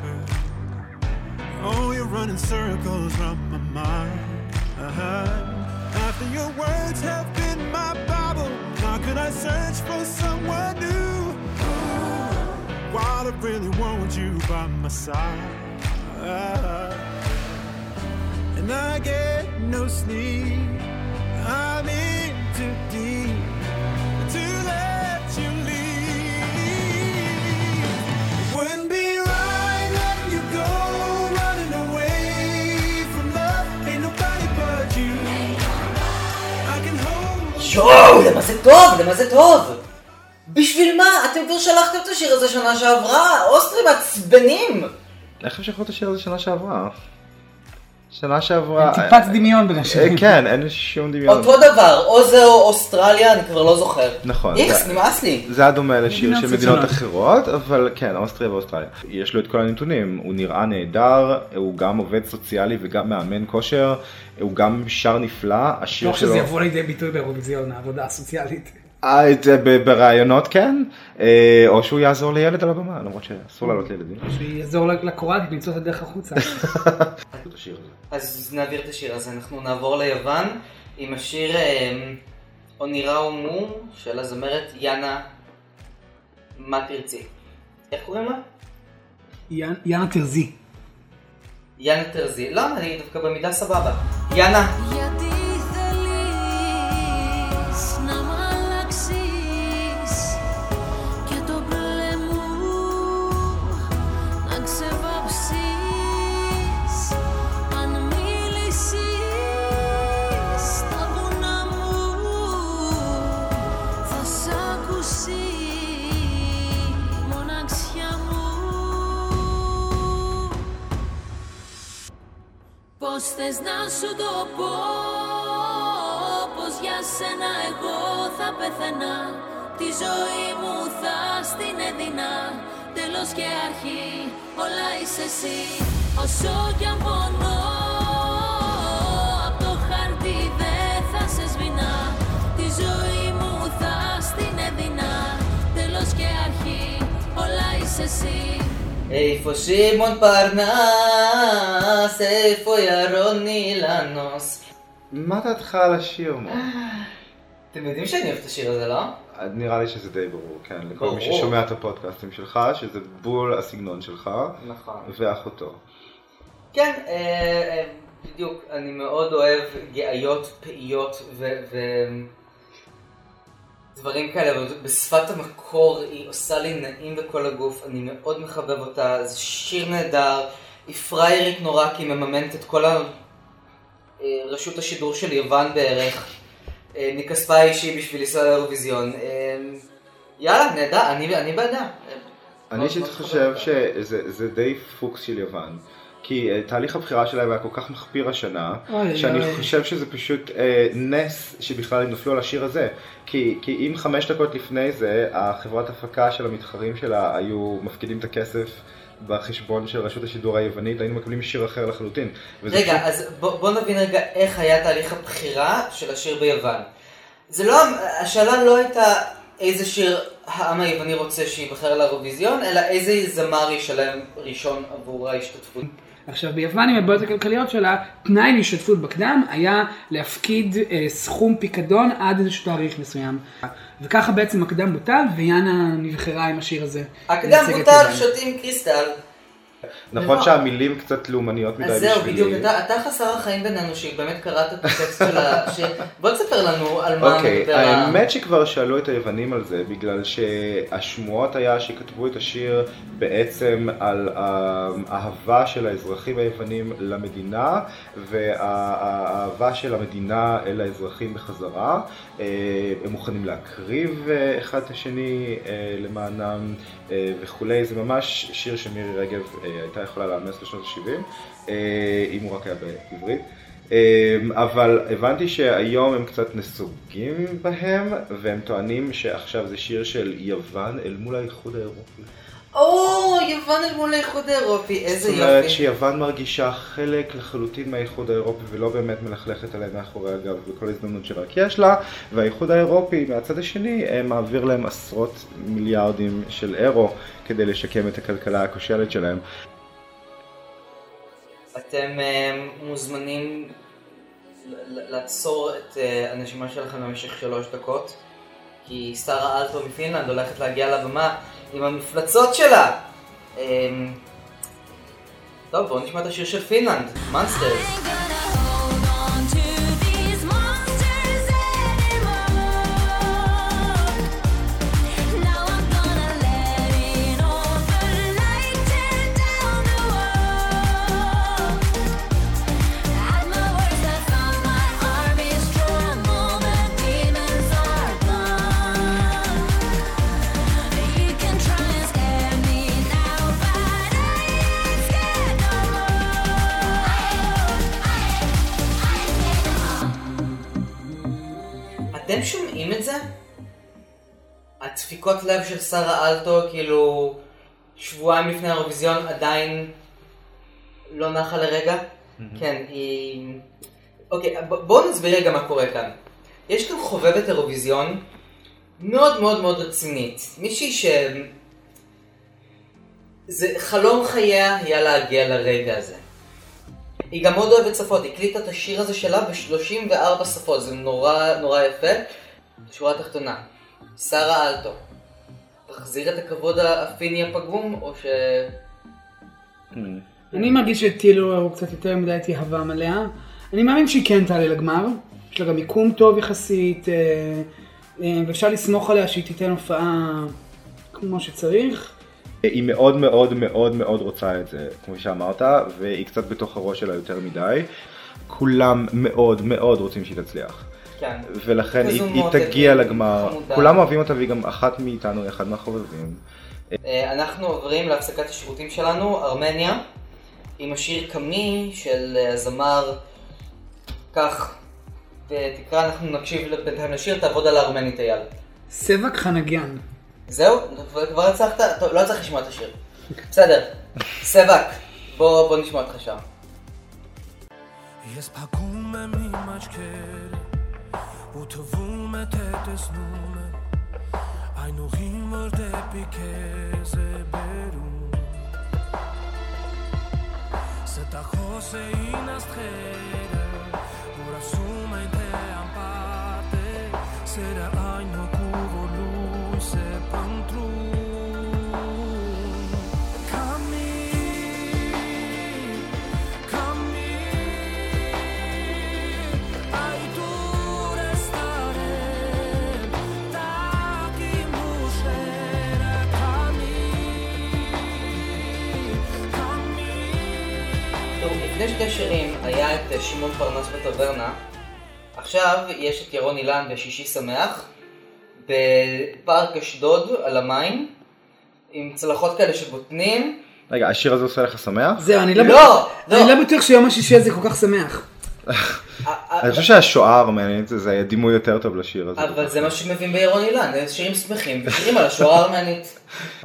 yeah. Oh, you're running circles round my mind. Uh-huh. After your words have been my Bible, how could I search for someone new? While I really want you by my side. Uh-huh. And I get no sleep. I'm in too deep to let you leave. Wouldn't be right letting you go, running away from love. Ain't nobody but you. I can hold. יואו, למה זה טוב, למה זה טוב? בשביל מה? אתם כבר שלחתם את השיר הזה שנה שעברה, אוסטרים מעצבנים. איך אפשר לראות את השיר הזה שנה שעברה? שנה שעברה... טיפת דמיון בין השירים. כן, אין שום דמיון. אותו דבר, או זה או אוסטרליה, אני כבר לא זוכר. נכון. איקס, זה- נמאס לי. זה היה דומה לשיר מדינות של מדינות שונות. אחרות, אבל כן, אוסטריה ואוסטרליה. יש לו את כל הנתונים, הוא נראה נהדר, הוא גם עובד סוציאלי וגם מאמן כושר, הוא גם שר נפלא, השיר לא שלו... שזה יבוא לידי ביטוי באירוויזיון, העבודה הסוציאלית. אה, את זה ב- ברעיונות כן, אה, או שהוא יעזור לילד על הבמה, למרות שאסור לעלות לילדים. שיעזור לקוראטית למצוא את הדרך החוצה. את השיר הזה. אז נעביר את השיר הזה, אנחנו נעבור ליוון עם השיר אה, אונירה אומו של הזמרת יאנה מה תרצי. איך קוראים לה? יאן- יאנה תרזי. יאנה תרזי. לא, אני דווקא במידה סבבה. יאנה. Γιατί θέλεις να μ' αλλάξεις και το μπλε μου να ξεβάψεις. Αν μιλήσεις στα βουνά μου θα σ' ακούσει Θες να σου το πω πως για σένα εγώ θα πεθαίνα, τη ζωή μου θα στην έδινα, τέλος και αρχή όλα είσαι εσύ. Όσο κι αν πονώ απ' το χαρτί δεν θα σε σβηνά, τη ζωή μου θα στην έδινα, τέλος και αρχή όλα είσαι εσύ. איפה שמעון פרנס, איפה ירון אילנוס. מה דעתך על השיר, מור? אתם יודעים שאני אוהב את השיר הזה, לא? נראה לי שזה די ברור, כן, לכל ברור. מי ששומע את הפודקאסטים שלך, שזה בול הסגנון שלך, נכון. ואחותו. כן, אה, אה, בדיוק, אני מאוד אוהב גאיות, פעיות ו... ו... דברים כאלה, אבל בשפת המקור היא עושה לי נעים בכל הגוף, אני מאוד מחבב אותה, זה שיר נהדר, היא פריירית נורא כי היא מממנת את כל רשות השידור של יוון בערך, מכספה האישי בשביל לנסוע לאירוויזיון. יאללה, נהדר, אני, אני בעדה. אני אישית חושב שזה די פוקס של יוון. כי תהליך הבחירה שלהם היה כל כך מחפיר השנה, שאני חושב שזה פשוט נס שבכלל הם נפלו על השיר הזה. כי אם חמש דקות לפני זה, החברת הפקה של המתחרים שלה היו מפקידים את הכסף בחשבון של רשות השידור היוונית, היינו מקבלים שיר אחר לחלוטין. רגע, אז בוא נבין רגע איך היה תהליך הבחירה של השיר ביוון. זה לא, השאלה לא הייתה איזה שיר העם היווני רוצה שיבחר לאירוויזיון, אלא איזה זמר ישלם ראשון עבור ההשתתפות. עכשיו ביוון עם הבעיות הכלכליות שלה, תנאי להשתתפות בקדם היה להפקיד אה, סכום פיקדון עד איזשהו תאריך מסוים. וככה בעצם הקדם בוטל ויאנה נבחרה עם השיר הזה. הקדם בוטל, שותים קריסטל. נכון שהמילים קצת לאומניות מדי בשבילי. אז זהו, בדיוק, אתה חסר החיים בינינו שבאמת קראת את הטקסט שלה, בוא תספר לנו על מה מדבר. אוקיי, האמת שכבר שאלו את היוונים על זה, בגלל שהשמועות היה שכתבו את השיר בעצם על האהבה של האזרחים היוונים למדינה, והאהבה של המדינה אל האזרחים בחזרה. הם מוכנים להקריב אחד את השני למענם וכולי. זה ממש שיר שמירי רגב הייתה יכולה לאמץ לשנות ה-שבעים, אם הוא רק היה בעברית. אבל הבנתי שהיום הם קצת נסוגים בהם, והם טוענים שעכשיו זה שיר של יוון אל מול האיחוד האירופי. או, יוון אל מול האיחוד האירופי, איזה יופי. זאת אומרת שיוון מרגישה חלק לחלוטין מהאיחוד האירופי ולא באמת מלכלכת עליהם מאחורי הגב בכל הזדמנות שרק יש לה, והאיחוד האירופי מהצד השני מעביר להם עשרות מיליארדים של אירו כדי לשקם את הכלכלה הכושלת שלהם. אתם מוזמנים לעצור את הנשימה שלכם במשך שלוש דקות, כי שרה אלטו מפינלנד הולכת להגיע לבמה עם המפלצות שלה. טוב, בואו נשמע את השיר של פינלנד, Monsters. אתם שומעים את זה? הדפיקות לב של שרה אלטו, כאילו שבועיים לפני האירוויזיון עדיין לא נחה לרגע? Mm-hmm. כן, היא... אוקיי, בואו נסביר רגע מה קורה כאן. יש כאן חובבת אירוויזיון מאוד מאוד מאוד רצינית. מישהי ש... זה חלום חייה היה להגיע לרגע הזה. היא גם מאוד אוהבת שפות, היא הקליטה את השיר הזה שלה ב-שלושים וארבע שפות, זה נורא נורא יפה. שורה תחתונה, שרה אלטו, תחזיר את הכבוד הפיני הפגום או ש... אני מרגיש שטילו הוא קצת יותר מדי תאהבה מלאה. אני מאמין שהיא כן תעלה לגמר, יש לה גם מיקום טוב יחסית, ואפשר לסמוך עליה שהיא תיתן הופעה כמו שצריך. היא מאוד מאוד מאוד מאוד רוצה את זה, כמו שאמרת, והיא קצת בתוך הראש שלה יותר מדי. כולם מאוד מאוד רוצים שהיא תצליח. כן. ולכן היא, היא תגיע לגמר. חמודה. כולם אוהבים אותה והיא גם אחת מאיתנו, אחד מהחובבים. אנחנו עוברים להפסקת השירותים שלנו, ארמניה, עם השיר קמי של הזמר קח ותקרא, אנחנו נקשיב בינתיים לשיר, תעבוד על הארמנית אייל. סבק חנגיאן. זהו? כבר הצלחת? טוב, לא צריך לשמוע את השיר. בסדר, סבק, בוא, bוא נשמע אותך שם. Ես փակում եմ իմ աչքերը ու թվում է թե տեսնում եմ այն ուղին որ դեպի քեզ է բերում Ստախոս էին աստղերը որ ասում են թե անպարտ է սերը այն հոգու որ լույս է պնդրում לפני שתי שירים היה את שמעון פרנס בטברנה, עכשיו יש את ירון אילן בשישי שמח בפארק אשדוד על המים עם צלחות כאלה שבוטנים. רגע, השיר הזה עושה לך שמח? זהו, אני לא, לא, אני לא בטוח שיום השישי הזה כל כך שמח. אני חושב שהשואה הארמנית זה היה דימוי יותר טוב לשיר הזה. אבל זה מה שמבין בירון אילן, שירים שמחים ושירים על השואה הארמנית.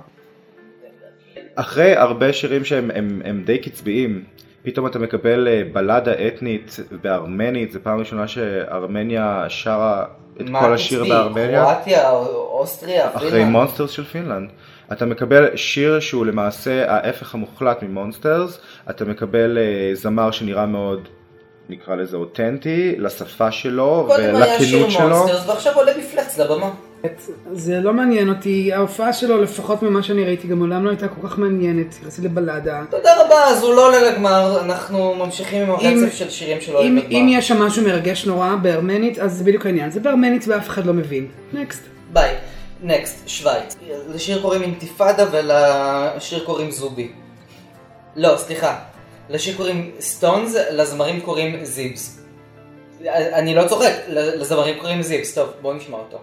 אחרי הרבה שירים שהם הם, הם די קצביים, פתאום אתה מקבל בלדה אתנית בארמנית, זו פעם ראשונה שארמניה שרה את כל השיר בארמניה. קרואטיה, אוסטריה, פינלנד. אחרי מונסטרס של פינלנד. אתה מקבל שיר שהוא למעשה ההפך המוחלט ממונסטרס, אתה מקבל זמר שנראה מאוד, נקרא לזה אותנטי, לשפה שלו ולכנות שלו. קודם היה שיר מונסטרס ועכשיו עולה מפלץ לבמה. זה לא מעניין אותי, ההופעה שלו לפחות ממה שאני ראיתי גם עולם לא הייתה כל כך מעניינת, יחסית לבלדה. תודה רבה, אז הוא לא עולה לגמר, אנחנו ממשיכים עם הרצף של שירים שלו לגמר. אם יש שם משהו מרגש נורא בארמנית, אז זה בדיוק העניין, זה בארמנית ואף אחד לא מבין. נקסט. ביי, נקסט, שוויץ. לשיר קוראים אינתיפאדה ולשיר קוראים זובי. לא, סליחה, לשיר קוראים סטונס, לזמרים קוראים זיבס. אני לא צוחק, לזמרים קוראים זיבס, טוב, בואו נשמע אותו.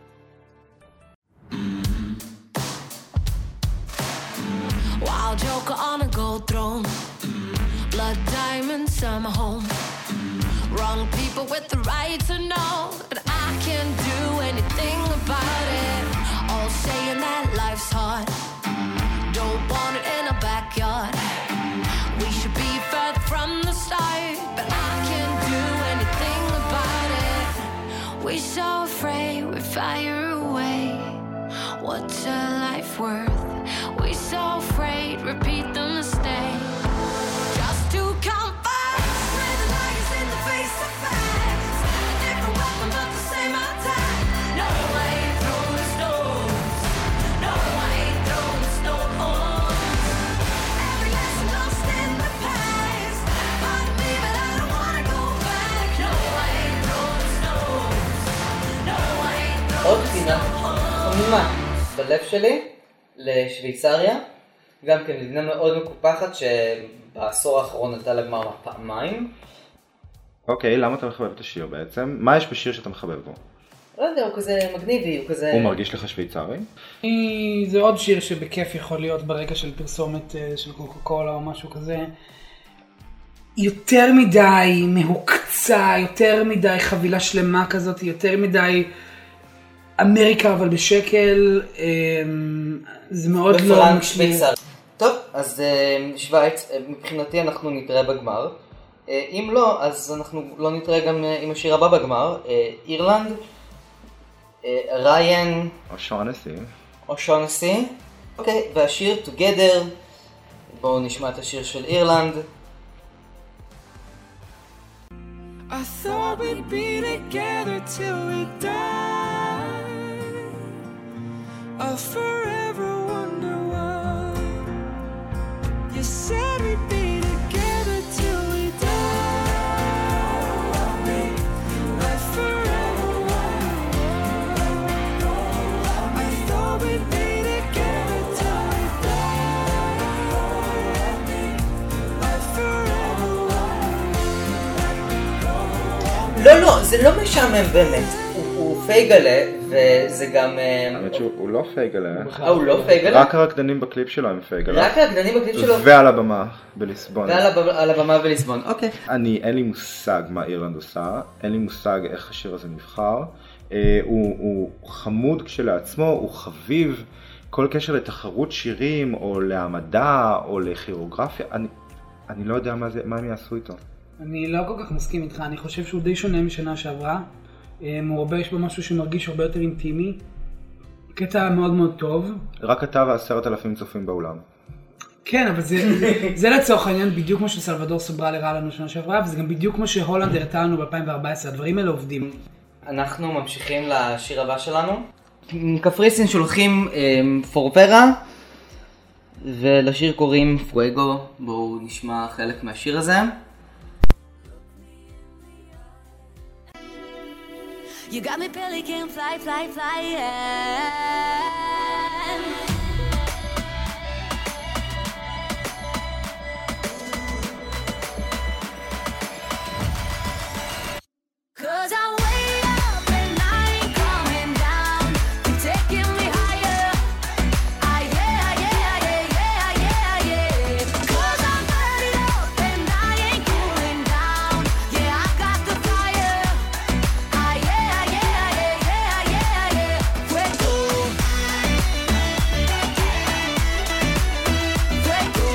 Wild joker on a gold throne, blood diamonds, summer home. Wrong people with the right to know, but I can't do anything about it. All saying that life's hard, don't want it in a backyard. We should be further from the start, but I can't do anything about it. We're so afraid we fire away. What's a life worth? We're so afraid, repeat the mistake. Just to comfort, when the light is in the face of facts. A different weapon but the same attack. No, I ain't throwing the stones. No, I ain't throwing the stones. Every lesson lost in the past. Pardon me, but I don't wanna go back. No, I ain't throwing the stones. No, I ain't throwing עוד the פינה חמימה בלב שלי לשוויצריה, גם כן מדינה מאוד מקופחת שבעשור האחרון עלתה לגמר פעמיים. אוקיי, למה אתה מחבב את השיר בעצם? מה יש בשיר שאתה מחבב בו? לא יודע, הוא כזה מגניבי, הוא כזה... הוא מרגיש לך שוויצרי? זה עוד שיר שבכיף יכול להיות ברגע של פרסומת של קוקה קולה או משהו כזה. יותר מדי מהוקצה, יותר מדי חבילה שלמה כזאת, יותר מדי אמריקה אבל בשקל, זה מאוד לא משלי. טוב, אז שוויץ, מבחינתי אנחנו נתראה בגמר. אם לא, אז אנחנו לא נתראה גם עם השיר הבא בגמר. אירלנד, ריין... אושנסי. אושנסי. אוקיי, והשיר Together. בואו נשמע את השיר של אירלנד. I thought we'd be together till we die. I'll forever wonder why. You said we'd be together till we die. I forever wonder why. I thought we'd be together till we die. I forever wonder. לא, לא, זה לא משעמם באמת. הוא, הוא פייגלה, וזה גם... האמת שהוא לא פייגלה. אה, הוא לא פייגלה? רק הרקדנים בקליפ שלו הם פייגלה. רק הרקדנים בקליפ שלו? ועל הבמה בליסבון. ועל הבמה בליסבון, אוקיי. אני, אין לי מושג מה אירלנד עושה, אין לי מושג איך השיר הזה נבחר. הוא חמוד כשלעצמו, הוא חביב. כל קשר לתחרות שירים, או להעמדה, או לכירוגרפיה, אני, אני לא יודע מה, זה, מה הם יעשו איתו. אני לא כל כך מסכים איתך, אני חושב שהוא די שונה משנה שעברה. הוא הרבה, יש בו משהו שמרגיש הרבה יותר אינטימי. קטע מאוד מאוד טוב. רק אתה ועשרת אלפים צופים באולם. כן, אבל זה, זה, זה לצורך העניין בדיוק כמו שסלבדור סוברל הראה לנו שנה שעברה, וזה גם בדיוק כמו שהולנד הראתה לנו ב-אלפיים וארבע עשרה, הדברים האלה עובדים. אנחנו ממשיכים לשיר הבא שלנו. קפריסין שולחים פורפרה, ולשיר קוראים פואגו. בואו נשמע חלק מהשיר הזה. You got me pelican fly, fly, fly, yeah. Cause I'm way up and I ain't coming down. You're taking me higher. Ah, yeah, yeah, yeah, yeah, yeah, yeah. Cause I'm burning up and I ain't cooling down. Yeah, I got the fire. Ah, yeah, yeah, yeah, yeah, yeah, yeah. Fuego. Fuego.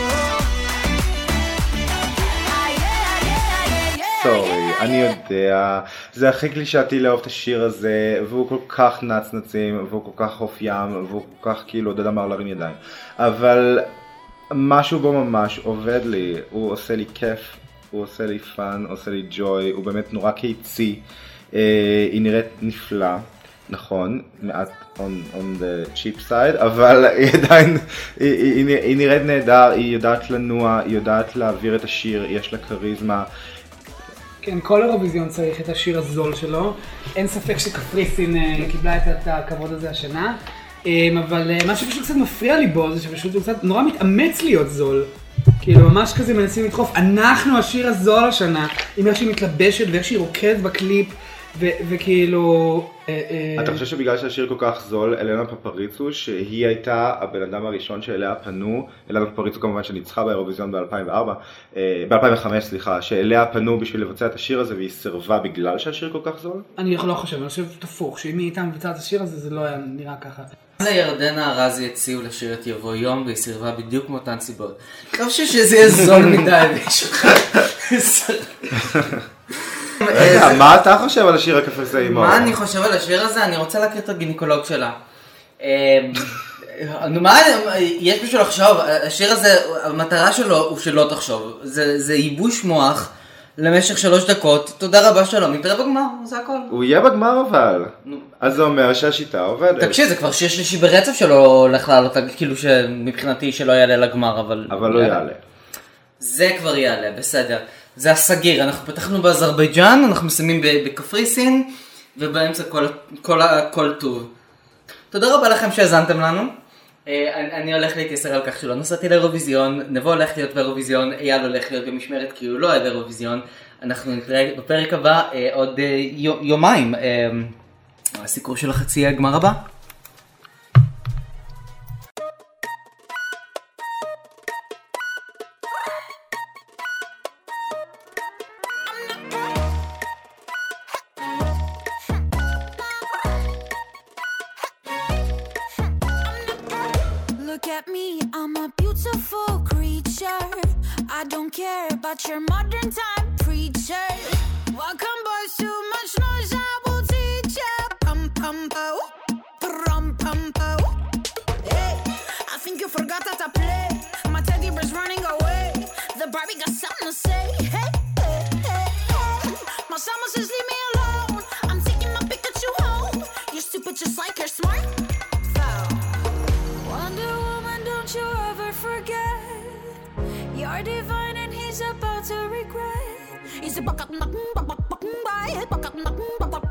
Ah, yeah, yeah, yeah, yeah. סורי, אני יודע, זה הכי קלישאתי לאהוב את השיר הזה, והוא כל כך נצנצים, והוא כל כך חוף ים, והוא כל כך כאילו עודד אמר להרים ידיים. אבל משהו בו ממש עובד לי, הוא עושה לי כיף, הוא עושה לי פאן, הוא עושה לי ג'וי, הוא באמת נורא קיצי, אה, היא נראית נפלא, נכון, מעט on, on the cheap side, אבל היא עדיין, היא, היא, היא, היא נראית נהדר, היא יודעת לנוע, היא יודעת להעביר את השיר, יש לה קריזמה. כן, כל אירוויזיון צריך את השיר הזול שלו. אין ספק שקפריסין קיבלה את הכבוד הזה השנה. אבל מה שפשוט קצת מפריע לי בו זה שפשוט הוא קצת נורא מתאמץ להיות זול. כאילו ממש כזה מנסים לדחוף, אנחנו השיר הזול השנה, עם איך שהיא מתלבשת ואיך שהיא רוקדת בקליפ, וכאילו... אתה חושב שבגלל שהשיר כל כך זול, אלנה פפריצו, שהיא הייתה הבן אדם הראשון שאליה פנו, אלנה פפריצו כמובן שניצחה באירוויזיון ב-אלפיים וארבע, ב-אלפיים וחמש סליחה, שאליה פנו בשביל לבצע את השיר הזה והיא סירבה בגלל שהשיר כל כך זול? אני לא חושב, אני חושב תפוך, שאם היא הייתה מבצעת את השיר הזה זה לא היה נראה ככה. לירדנה ארזי הציעו לשיר את יבוא יום והיא סירבה בדיוק מאותן סיבות. אני חושב שזה יהיה זול מדי וישוך. רגע, מה אתה חושב על השיר הקפריסאי? מה אני חושב על השיר הזה? אני רוצה להכיר את הגינקולוג שלה. יש בשביל לחשוב, השיר הזה, המטרה שלו הוא שלא תחשוב. זה ייבוש מוח למשך שלוש דקות. תודה רבה שלום, נתראה בגמר, זה הכל. הוא יהיה בגמר אבל. אז זה אומר שהשיטה עובדת. תקשיב, זה כבר שיר שלישי ברצף שלו הולך לעלות, כאילו שמבחינתי שלא יעלה לגמר, אבל... אבל לא יעלה. זה כבר יעלה, בסדר. זה הסגיר, אנחנו פתחנו באזרבייג'אן, אנחנו מסיימים בקפריסין, ובאמצע כל, כל, כל טוב. תודה רבה לכם שהזנתם לנו. אני, אני הולך להתייסר על כך שלא נסעתי לאירוויזיון, נבוא הולך להיות באירוויזיון, אייל הולך להיות במשמרת כי הוא לא היה באירוויזיון. אנחנו נתראה בפרק הבא עוד יומיים. הסיקור של החצי הגמר הבא. Look at me, I'm a beautiful creature. I don't care about your modern time preacher. Welcome boys, too much noise, I will teach ya. Pum pum po, pum pum po. Hey, I think you forgot how to play. My teddy bear's running away. The Barbie got something to say. Hey, hey, hey, hey. My summer says leave me alone. I'm taking my Pikachu home. You're stupid just like you're smart. Wonder Woman, don't you ever forget. You're divine and he's about to regret. He's a buck up, buck up, buck up, buck up, buck up, buck up.